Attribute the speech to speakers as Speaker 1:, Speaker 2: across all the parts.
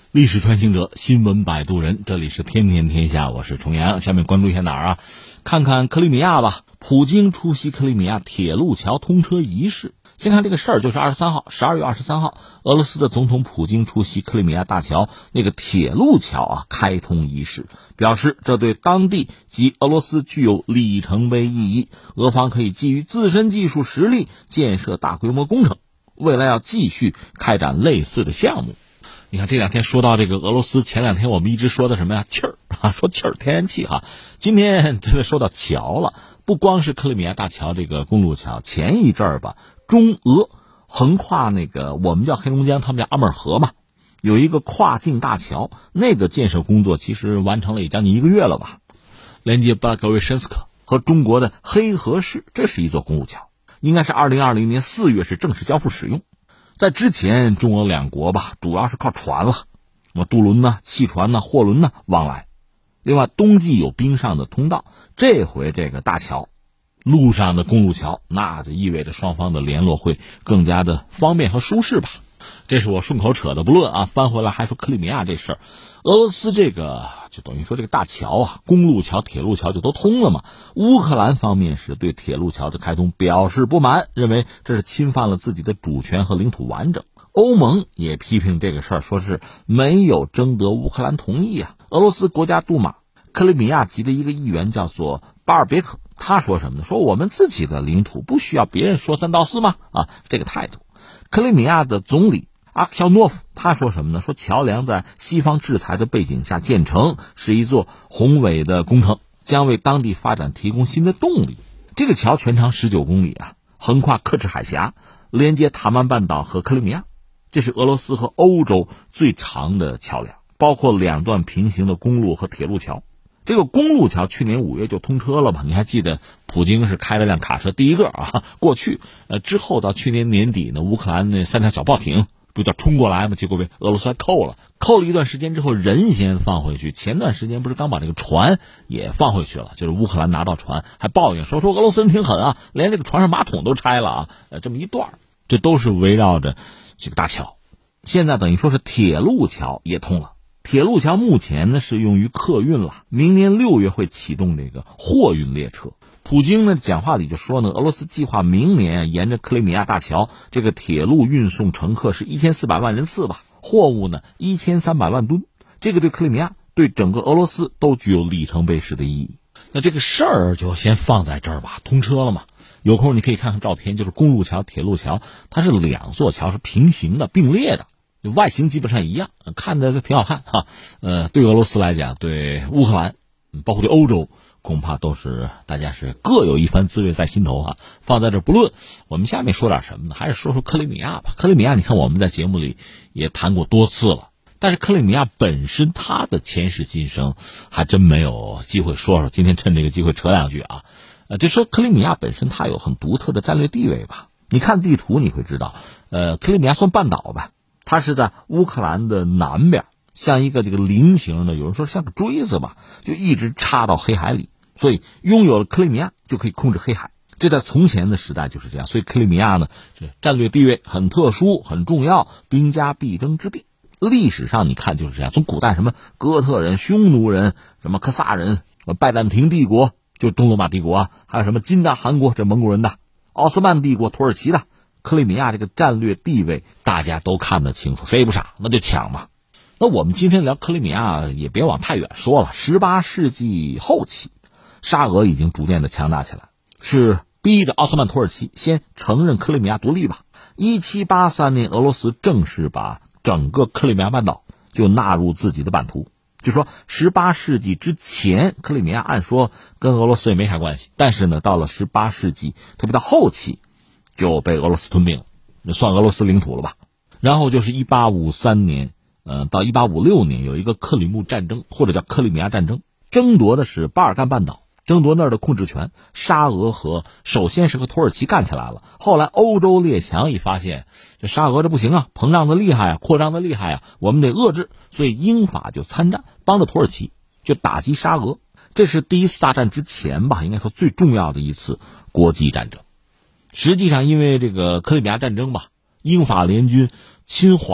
Speaker 1: 历史穿行者，新闻摆渡人，这里是天天天下，我是重阳。下面关注一下哪儿啊？看看克里米亚吧。普京出席克里米亚铁路桥通车仪式。先看这个事儿，就是12月23号，俄罗斯的总统普京出席克里米亚大桥那个铁路桥啊开通仪式，表示这对当地及俄罗斯具有里程碑意义，俄方可以基于自身技术实力建设大规模工程，未来要继续开展类似的项目。你看这两天说到这个俄罗斯，前两天我们一直说的什么呀？气儿啊，说气儿，天然气哈。今天真的说到桥了，不光是克里米亚大桥这个公路桥，前一阵儿吧，中俄横跨那个我们叫黑龙江，他们叫阿穆尔河嘛，有一个跨境大桥，那个建设工作其实完成了也将近1个月了吧，连接巴格维申斯克和中国的黑河市，这是一座公路桥，应该是2020年4月是正式交付使用。在之前中俄两国吧，主要是靠船了，什么渡轮汽船货轮往来。另外冬季有冰上的通道，这回这个大桥，陆上的公路桥，那就意味着双方的联络会更加的方便和舒适吧。这是我顺口扯的不论啊，翻回来还说克里米亚这事儿。俄罗斯这个就等于说这个大桥啊，公路桥、铁路桥就都通了嘛。乌克兰方面是对铁路桥的开通表示不满，认为这是侵犯了自己的主权和领土完整。欧盟也批评这个事儿，说是没有征得乌克兰同意啊。俄罗斯国家杜马克里米亚籍的一个议员叫做巴尔别克，他说什么呢？说我们自己的领土不需要别人说三道四吗？这个态度。克里米亚的总理阿克肖诺夫他说什么呢？说桥梁在西方制裁的背景下建成，是一座宏伟的工程，将为当地发展提供新的动力。这个桥全长19公里啊，横跨克赤海峡，连接塔曼半岛和克里米亚，这是俄罗斯和欧洲最长的桥梁，包括2段平行的公路和铁路桥。这个公路桥去年5月就通车了吧？你还记得普京是开了辆卡车第一个啊过去，之后到去年年底呢，乌克兰那3条小炮艇不叫冲过来吗？结果被俄罗斯还扣了一段时间之后，人先放回去。前段时间不是刚把这个船也放回去了，就是乌克兰拿到船还抱怨说俄罗斯人挺狠啊，连这个船上马桶都拆了啊，这么一段，这都是围绕着这个大桥。现在等于说是铁路桥也通了。铁路桥目前呢是用于客运了，明年6月会启动这个货运列车。普京呢讲话里就说呢，俄罗斯计划明年沿着克里米亚大桥这个铁路运送乘客是1400万人次吧，货物呢1300万吨，这个对克里米亚对整个俄罗斯都具有里程碑式的意义。那这个事儿就先放在这儿吧，通车了嘛，有空你可以看看照片，就是公路桥、铁路桥，它是2座桥是平行的并列的，外形基本上一样，看着挺好看哈。对俄罗斯来讲，对乌克兰，包括对欧洲，恐怕都是大家是各有一番滋味在心头哈。放在这不论，我们下面说点什么呢？还是说说克里米亚吧。克里米亚，你看我们在节目里也谈过多次了，但是克里米亚本身它的前世今生还真没有机会说说。今天趁这个机会扯2句啊。就说克里米亚本身它有很独特的战略地位吧。你看地图你会知道，克里米亚算半岛吧。它是在乌克兰的南边，像一个这个菱形的，有人说像个锥子吧，就一直插到黑海里，所以拥有了克里米亚就可以控制黑海。这在从前的时代就是这样，所以克里米亚呢，这战略地位很特殊、很重要，兵家必争之地。历史上你看就是这样，从古代什么哥特人、匈奴人、什么科萨人、拜占庭帝国，就是东罗马帝国啊，还有什么金大汗国，这蒙古人的，奥斯曼帝国、土耳其的。克里米亚这个战略地位大家都看得清楚，谁也不傻，那就抢嘛。那我们今天聊克里米亚也别往太远说了，18世纪后期沙俄已经逐渐的强大起来，是逼着奥斯曼土耳其先承认克里米亚独立吧。1783年俄罗斯正式把整个克里米亚半岛就纳入自己的版图，就说18世纪之前克里米亚按说跟俄罗斯也没啥关系，但是呢到了18世纪特别到后期就被俄罗斯吞并了，算俄罗斯领土了吧。然后就是1853年到1856年有一个克里木战争，或者叫克里米亚战争，争夺的是巴尔干半岛，争夺那儿的控制权。沙俄首先是和土耳其干起来了，后来欧洲列强一发现这沙俄这不行啊，膨胀的厉害啊，扩张的厉害啊，我们得遏制，所以英法就参战，帮着土耳其就打击沙俄。这是第一次大战之前吧，应该说最重要的一次国际战争。实际上因为这个克里米亚战争吧，英法联军侵华，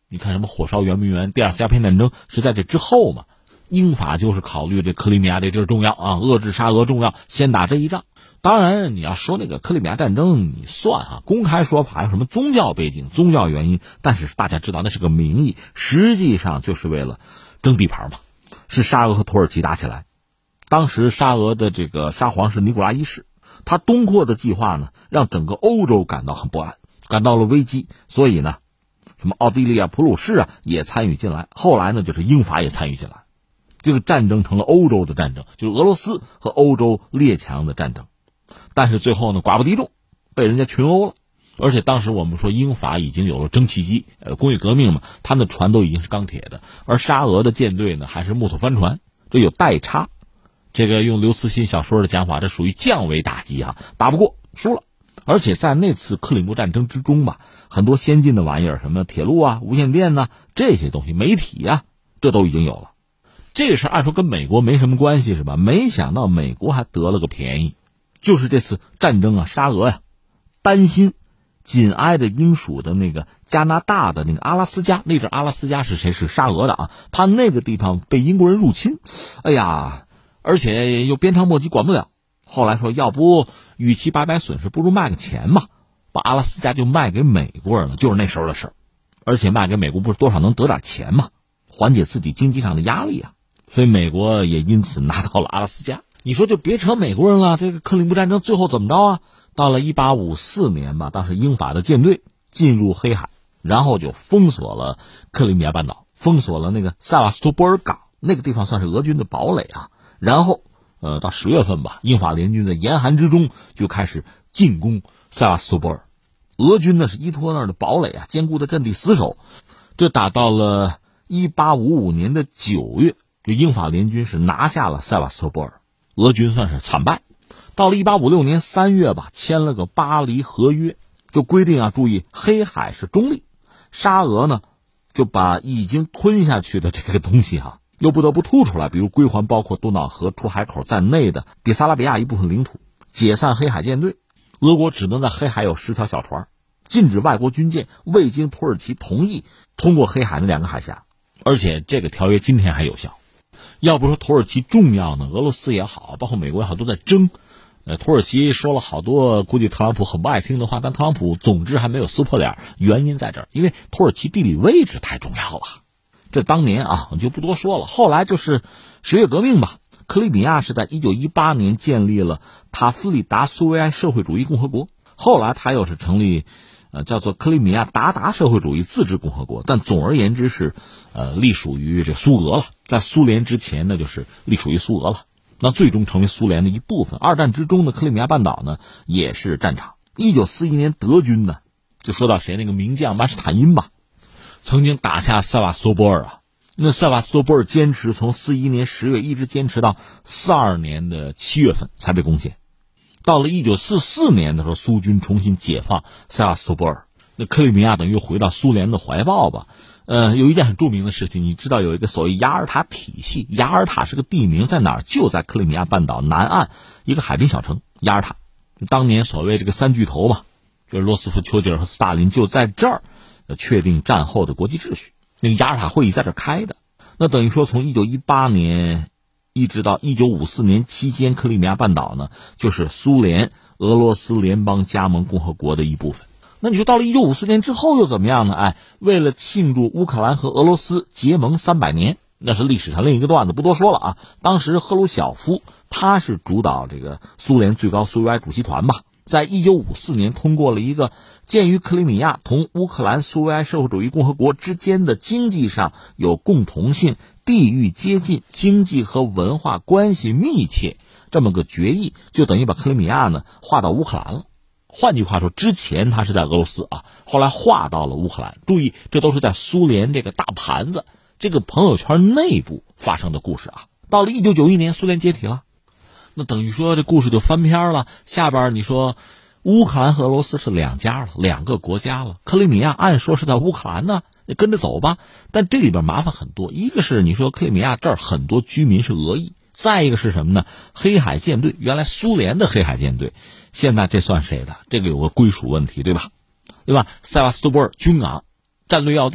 Speaker 1: 你看什么火烧圆明园，第二次鸦片战争是在这之后嘛。英法就是考虑这克里米亚这地儿重要啊，遏制沙俄重要，先打这一仗。当然你要说那个克里米亚战争，你算啊，公开说法有什么宗教背景、宗教原因，但是大家知道那是个名义，实际上就是为了争地盘嘛。是沙俄和土耳其打起来，当时沙俄的这个沙皇是尼古拉一世，他东扩的计划呢，让整个欧洲感到很不安，感到了危机，所以呢，什么奥地利啊、普鲁士啊也参与进来，后来呢就是英法也参与进来，这个战争成了欧洲的战争，就是俄罗斯和欧洲列强的战争。但是最后呢，寡不敌众，被人家群殴了。而且当时我们说英法已经有了蒸汽机，工业革命嘛，他们的船都已经是钢铁的，而沙俄的舰队呢还是木头帆船，这有代差。这个用刘慈欣小说的讲法，这属于降维打击啊，打不过，输了。而且在那次克里木战争之中吧，很多先进的玩意儿，什么铁路啊、无线电呐，这些东西，媒体啊，这都已经有了。这个事按说跟美国没什么关系是吧？没想到美国还得了个便宜，就是这次战争啊，沙俄呀，担心紧挨着英属的那个加拿大的那个阿拉斯加，那阵阿拉斯加是谁？是沙俄的啊，他那个地方被英国人入侵，哎呀，而且又鞭长莫及，管不了。后来说，要不与其白白损失，不如卖个钱嘛，把阿拉斯加就卖给美国人了，就是那时候的事儿。而且卖给美国不是多少能得点钱嘛，缓解自己经济上的压力啊。所以美国也因此拿到了阿拉斯加。你说就别扯美国人了，这个克里木战争最后怎么着啊？到了1854年吧，当时英法的舰队进入黑海，然后就封锁了克里米亚半岛，封锁了那个塞瓦斯托波尔港，那个地方算是俄军的堡垒啊。然后到10月份吧，英法联军在严寒之中就开始进攻塞瓦斯托波尔。俄军呢是依托那儿的堡垒啊，坚固的阵地死守，这打到了1855年的9月，就英法联军是拿下了塞瓦斯托波尔，俄军算是惨败。到了1856年3月吧，签了个巴黎合约，就规定啊，注意黑海是中立，沙俄呢就把已经吞下去的这个东西啊，又不得不吐出来，比如归还包括多瑙河出海口在内的比萨拉比亚一部分领土，解散黑海舰队，俄国只能在黑海有10条小船，禁止外国军舰未经土耳其同意通过黑海的2个海峡，而且这个条约今天还有效。要不说土耳其重要呢，俄罗斯也好，包括美国也好，都在争。土耳其说了好多估计特朗普很不爱听的话，但特朗普总之还没有撕破脸，原因在这儿，因为土耳其地理位置太重要了。这当年啊，我就不多说了。后来就是10月革命吧，克里米亚是在1918年建立了塔夫里达苏维埃社会主义共和国，后来他又是成立叫做克里米亚鞑靼社会主义自治共和国，但总而言之是隶属于这苏俄了。在苏联之前呢，就是隶属于苏俄了。那最终成为苏联的一部分。二战之中的克里米亚半岛呢，也是战场。1941年，德军呢，就说到谁，那个名将曼施坦因吧，曾经打下塞瓦斯托波尔啊。那塞瓦斯托波尔坚持从41年10月一直坚持到42年的7月份才被攻陷。到了1944年的时候，苏军重新解放塞瓦斯托波尔，那克里米亚等于又回到苏联的怀抱吧。有一件很著名的事情，你知道有一个所谓雅尔塔体系，雅尔塔是个地名，在哪儿？就在克里米亚半岛南岸一个海滨小城雅尔塔。当年所谓这个3巨头嘛，就是罗斯福、丘吉尔和斯大林，就在这儿确定战后的国际秩序。那个雅尔塔会议在这儿开的。那等于说从1918年一直到1954年期间，克里米亚半岛呢就是苏联俄罗斯联邦加盟共和国的一部分。那你说到了1954年之后又怎么样呢？为了庆祝乌克兰和俄罗斯结盟300年，那是历史上另一个段子，不多说了啊。当时赫鲁晓夫他是主导这个苏联最高苏维埃主席团吧，在1954年通过了一个鉴于克里米亚同乌克兰苏维埃社会主义共和国之间的经济上有共同性，地域接近，经济和文化关系密切，这么个决议，就等于把克里米亚呢划到乌克兰了。换句话说，之前他是在俄罗斯啊，后来划到了乌克兰。注意，这都是在苏联这个大盘子这个朋友圈内部发生的故事啊。到了1991年，苏联解体了，那等于说这故事就翻篇了。下边你说乌克兰和俄罗斯是2家了，2个国家了。克里米亚按说是在乌克兰呢，你跟着走吧。但这里边麻烦很多，一个是你说克里米亚这儿很多居民是俄裔，再一个是什么呢？黑海舰队，原来苏联的黑海舰队，现在这算谁的？这个有个归属问题，对吧？塞瓦斯托波尔军港，战略要地，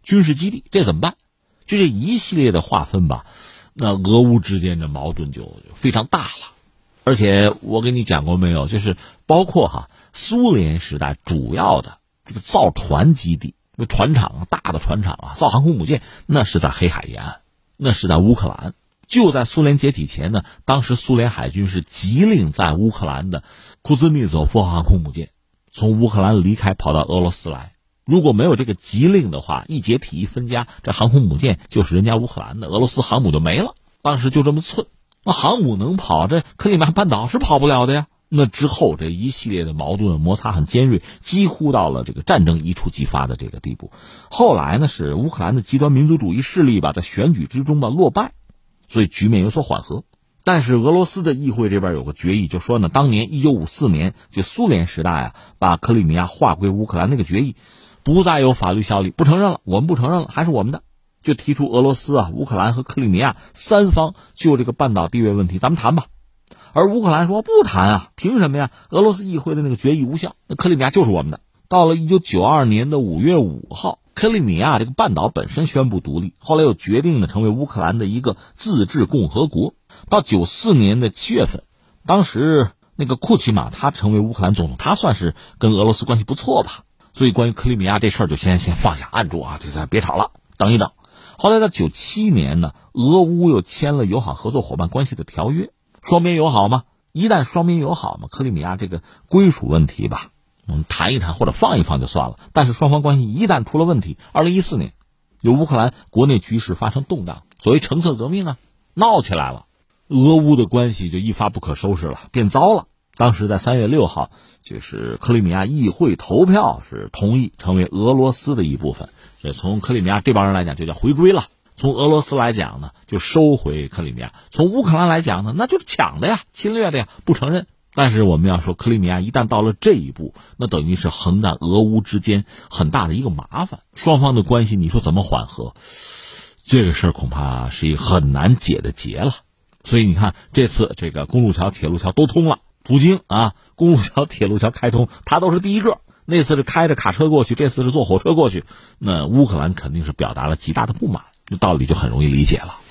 Speaker 1: 军事基地，这怎么办？就这一系列的划分吧，那俄乌之间的矛盾就非常大了。而且我跟你讲过没有，就是包括苏联时代主要的这个造船基地、船厂大的船厂造航空母舰，那是在黑海沿岸，那是在乌克兰。就在苏联解体前呢，当时苏联海军是急令在乌克兰的库兹涅佐夫航空母舰从乌克兰离开，跑到俄罗斯来。如果没有这个急令的话，一解体一分家，这航空母舰就是人家乌克兰的，俄罗斯航母就没了。当时就这么寸，那航母能跑，这克里米亚半岛是跑不了的呀。那之后这一系列的矛盾摩擦很尖锐，几乎到了这个战争一触即发的这个地步。后来呢，是乌克兰的极端民族主义势力在选举之中落败，所以局面有所缓和。但是俄罗斯的议会这边有个决议，就说呢，当年1954年就苏联时代把克里米亚划归乌克兰那个决议不再有法律效力，不承认了，我们不承认了，还是我们的。就提出俄罗斯乌克兰和克里米亚三方就这个半岛地位问题咱们谈吧。而乌克兰说不谈凭什么呀？俄罗斯议会的那个决议无效，那克里米亚就是我们的。到了1992年的5月5号，克里米亚这个半岛本身宣布独立，后来又决定成为乌克兰的一个自治共和国。到94年的7月份，当时那个库奇马他成为乌克兰总统，他算是跟俄罗斯关系不错吧。所以关于克里米亚这事儿就先放下，按住这咱别吵了，等一等。后来在97年呢，俄乌又签了友好合作伙伴关系的条约，双边友好嘛。一旦双边友好嘛，克里米亚这个归属问题吧，谈一谈或者放一放就算了。但是双方关系一旦出了问题，2014年有乌克兰国内局势发生动荡，所谓橙色革命闹起来了，俄乌的关系就一发不可收拾了，变糟了。当时在3月6号，就是克里米亚议会投票是同意成为俄罗斯的一部分。这从克里米亚这帮人来讲就叫回归了，从俄罗斯来讲呢就收回克里米亚，从乌克兰来讲呢那就是抢的呀，侵略的呀，不承认。但是我们要说克里米亚一旦到了这一步，那等于是横在俄乌之间很大的一个麻烦，双方的关系你说怎么缓和，这个事儿恐怕是一个很难解的结了。所以你看这次这个公路桥铁路桥都通了，途经公路桥铁路桥开通它都是第一个，那次是开着卡车过去，这次是坐火车过去，那乌克兰肯定是表达了极大的不满，这道理就很容易理解了。